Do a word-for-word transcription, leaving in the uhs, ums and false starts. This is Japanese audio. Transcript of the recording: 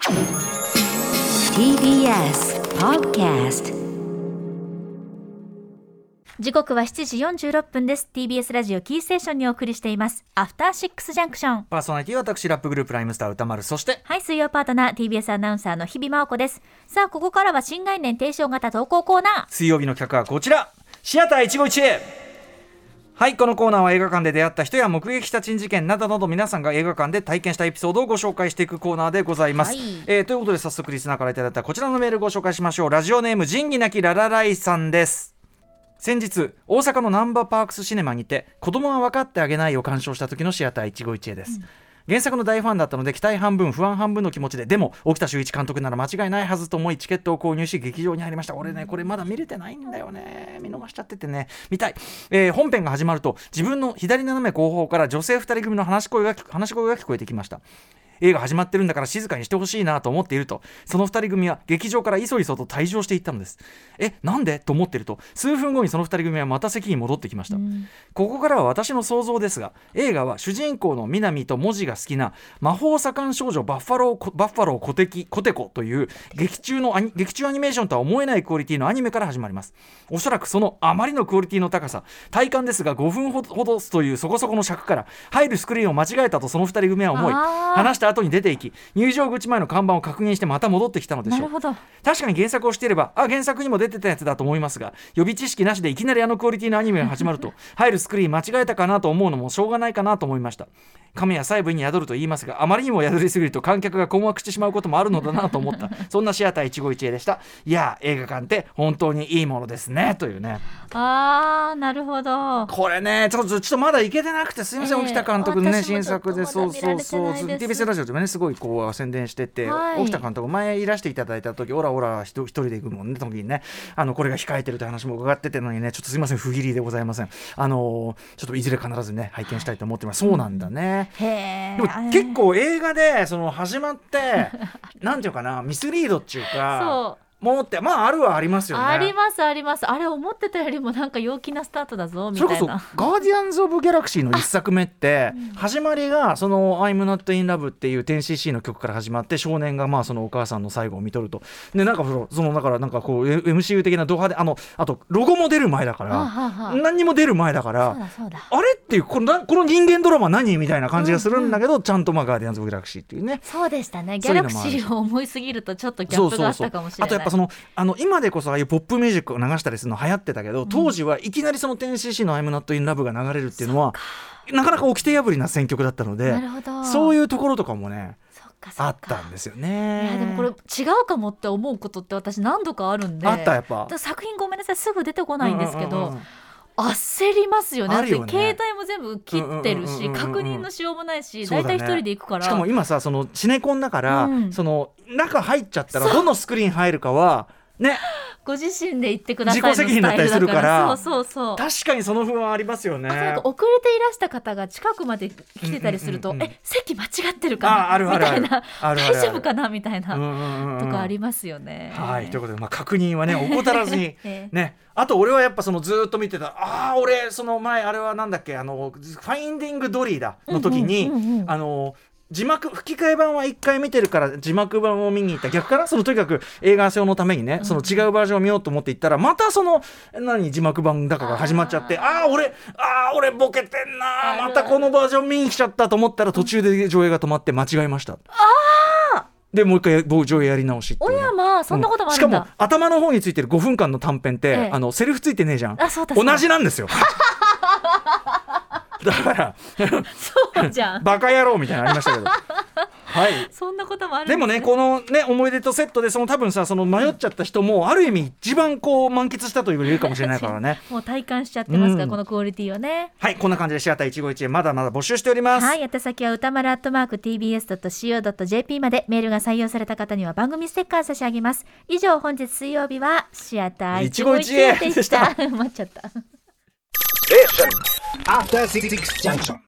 ティービーエス Podcast。 時刻はしちじよんじゅうろっぷんです。 ティービーエス ラジオキーステーションにお送りしていますアフターシックスジャンクション。 パーソナリティは私ラップグループライムスター歌丸、そしてはい、水曜パートナー ティービーエス アナウンサーの日々真央子です。さあ、ここからは新概念提唱型投稿コーナー。 水曜日の企画はこちら、シアター一期一会。はい、このコーナーは映画館で出会った人や目撃した珍事件などなど皆さんが映画館で体験したエピソードをご紹介していくコーナーでございます、 はい。 えー、ということで早速リスナーからいただいたこちらのメールご紹介しましょう。ラジオネーム仁義なきララライさんです。先日大阪のナンバーパークスシネマにて子供は分かってあげないを鑑賞した時のシアター一期一会です、うん。原作の大ファンだったので期待半分不安半分の気持ちで、でも沖田修一監督なら間違いないはずと思いチケットを購入し劇場に入りました。俺ねこれまだ見れてないんだよね、見逃しちゃっててね、見たい、えー、本編が始まると自分の左斜め後方から女性ふたり組の話し声が話し声が聞こえてきました。映画始まってるんだから静かにしてほしいなと思っていると、そのふたり組は劇場からいそいそと退場していったのです。え、なんでと思っていると数分後にそのふたり組はまた席に戻ってきました、うん、ここからは私の想像ですが、映画は主人公の南と文字が好きな魔法左官少女バッファローバッファローコテキコテコという劇中のアニ劇中アニメーションとは思えないクオリティのアニメから始まります。おそらくそのあまりのクオリティの高さ、体感ですがごふんほどというそこそこの尺から入るスクリーンを間違えたとそのふたり組は思い、話した後に出ていき入場口前の看板を確認してまた戻ってきたのでしょう。 なるほど。 確かに原作をしていれば、あ、原作にも出てたやつだと思いますが、予備知識なしでいきなりあのクオリティのアニメが始まると入るスクリーン間違えたかなと思うのもしょうがないかなと思いました。神や細部に宿ると言いますが、あまりにも宿りすぎると観客が困惑してしまうこともあるのだなと思ったそんなシアター一期一会でした。いや映画館って本当にいいものですねというね。 あー、なるほど。 これねちょっとちょっとまだ行けてなくてすいません、 えー、 沖田監督のね新作で、 そうそうそうそう ティービーエス ラジオでもねすごいこう宣伝してて、はい、沖田監督前いらしていただいた時オラオラ一人で行くもんね、時にねあのこれが控えてるという話も伺っててのにね、ちょっとすいません不義理でございません。あのー、ちょっといずれ必ずね拝見したいと思ってます。そうなんだね、 うん、へでも結構映画でその始まってなんていうかなミスリードっていうかそうもうってまああるはありますよね。 ありますあります。あれ思ってたよりもなんか陽気なスタートだぞみたいな。 それこそガーディアンズ・オブ・ギャラクシーの一作目って始まりがその I'm Not in Love っていう テンシーシー の曲から始まって、少年がまあそのお母さんの最後を見とるとで、なんかそのだからなんかこう エムシーユー 的なド派であのあとロゴも出る前だから何にも出る前だからそうだそうだあれっていうこのこの人間ドラマ何みたいな感じがするんだけど、うんうん、ちゃんとまあガーディアンズ・オブ・ギャラクシーっていうね。 そうでしたね。ギャラクシーを思いすぎるとちょっとギャップがあったかもしれない。 そうそうそう。あとやっぱそのあの今でこそああいうポップミュージックを流したりするの流行ってたけど、当時はいきなりその テンシーシー の I'm Not in Love が流れるっていうのはなかなか掟破りな選曲だったので、 なるほどそういうところとかもねそっかそっかあったんですよね。 いやでもこれ違うかもって思うことって私何度かあるんで、 あったやっぱ作品ごめんなさいすぐ出てこないんですけど、 うんうんうん、 焦りますよね。 あるよね。 だって携帯も全部切ってるし、うんうんうんうん、確認のしようもないし、だいたい一人で行くから。 しかも今さそのシネコンだから、うん、その中入っちゃったらどのスクリーン入るかはねご自身で言ってくださいの自己責任だったりするから、 そうそうそう、 確かにその不安ありますよね。 なんか遅れていらした方が近くまで来てたりすると、うんうんうんうん、え席間違ってるかなあるあるあるみたいな、 あるある大丈夫かなみたいな、 うんうんうん、 とかありますよね。 はい、ということで、まあ、確認はね怠らずに、えー、ね。あと俺はやっぱそのずっと見てた、ああ俺その前あれはなんだっけ、あのファインディングドリーだの時に、うんうんうんうん、あの字幕吹き替え版はいっかい見てるから字幕版を見に行った、逆からそのとにかく映画表のためにね、その違うバージョンを見ようと思って行ったら、またその何字幕版だかが始まっちゃって、ああ俺ああ俺ボケてんな、またこのバージョン見に来ちゃったと思ったら途中で上映が止まって間違えました。ああでもう一回上映やり直しっていう、ね、 おやまあそんなこともあるんだ、 うん、しかも頭の方についてるごふんかんの短編って、ええ、あのセリフついてねえじゃん。 あそうだそうだ、 同じなんですよだからそうじゃんバカ野郎みたいなのありましたけどはい、 そんなこともあるんですね。 でもねこのね思い出とセットでその多分さその迷っちゃった人もある意味一番こう満喫したという言えるかもしれないからねもう体感しちゃってますから、うん、このクオリティをね。 はい、こんな感じでシアター一期一会まだまだ募集しております。 はい、宛先は歌丸アットマーク ティービーエスドットシーオードットジェーピー まで。メールが採用された方には番組ステッカー差し上げます。以上本日水曜日はシアター一期一会でした。待っちゃった。 After シックス Junction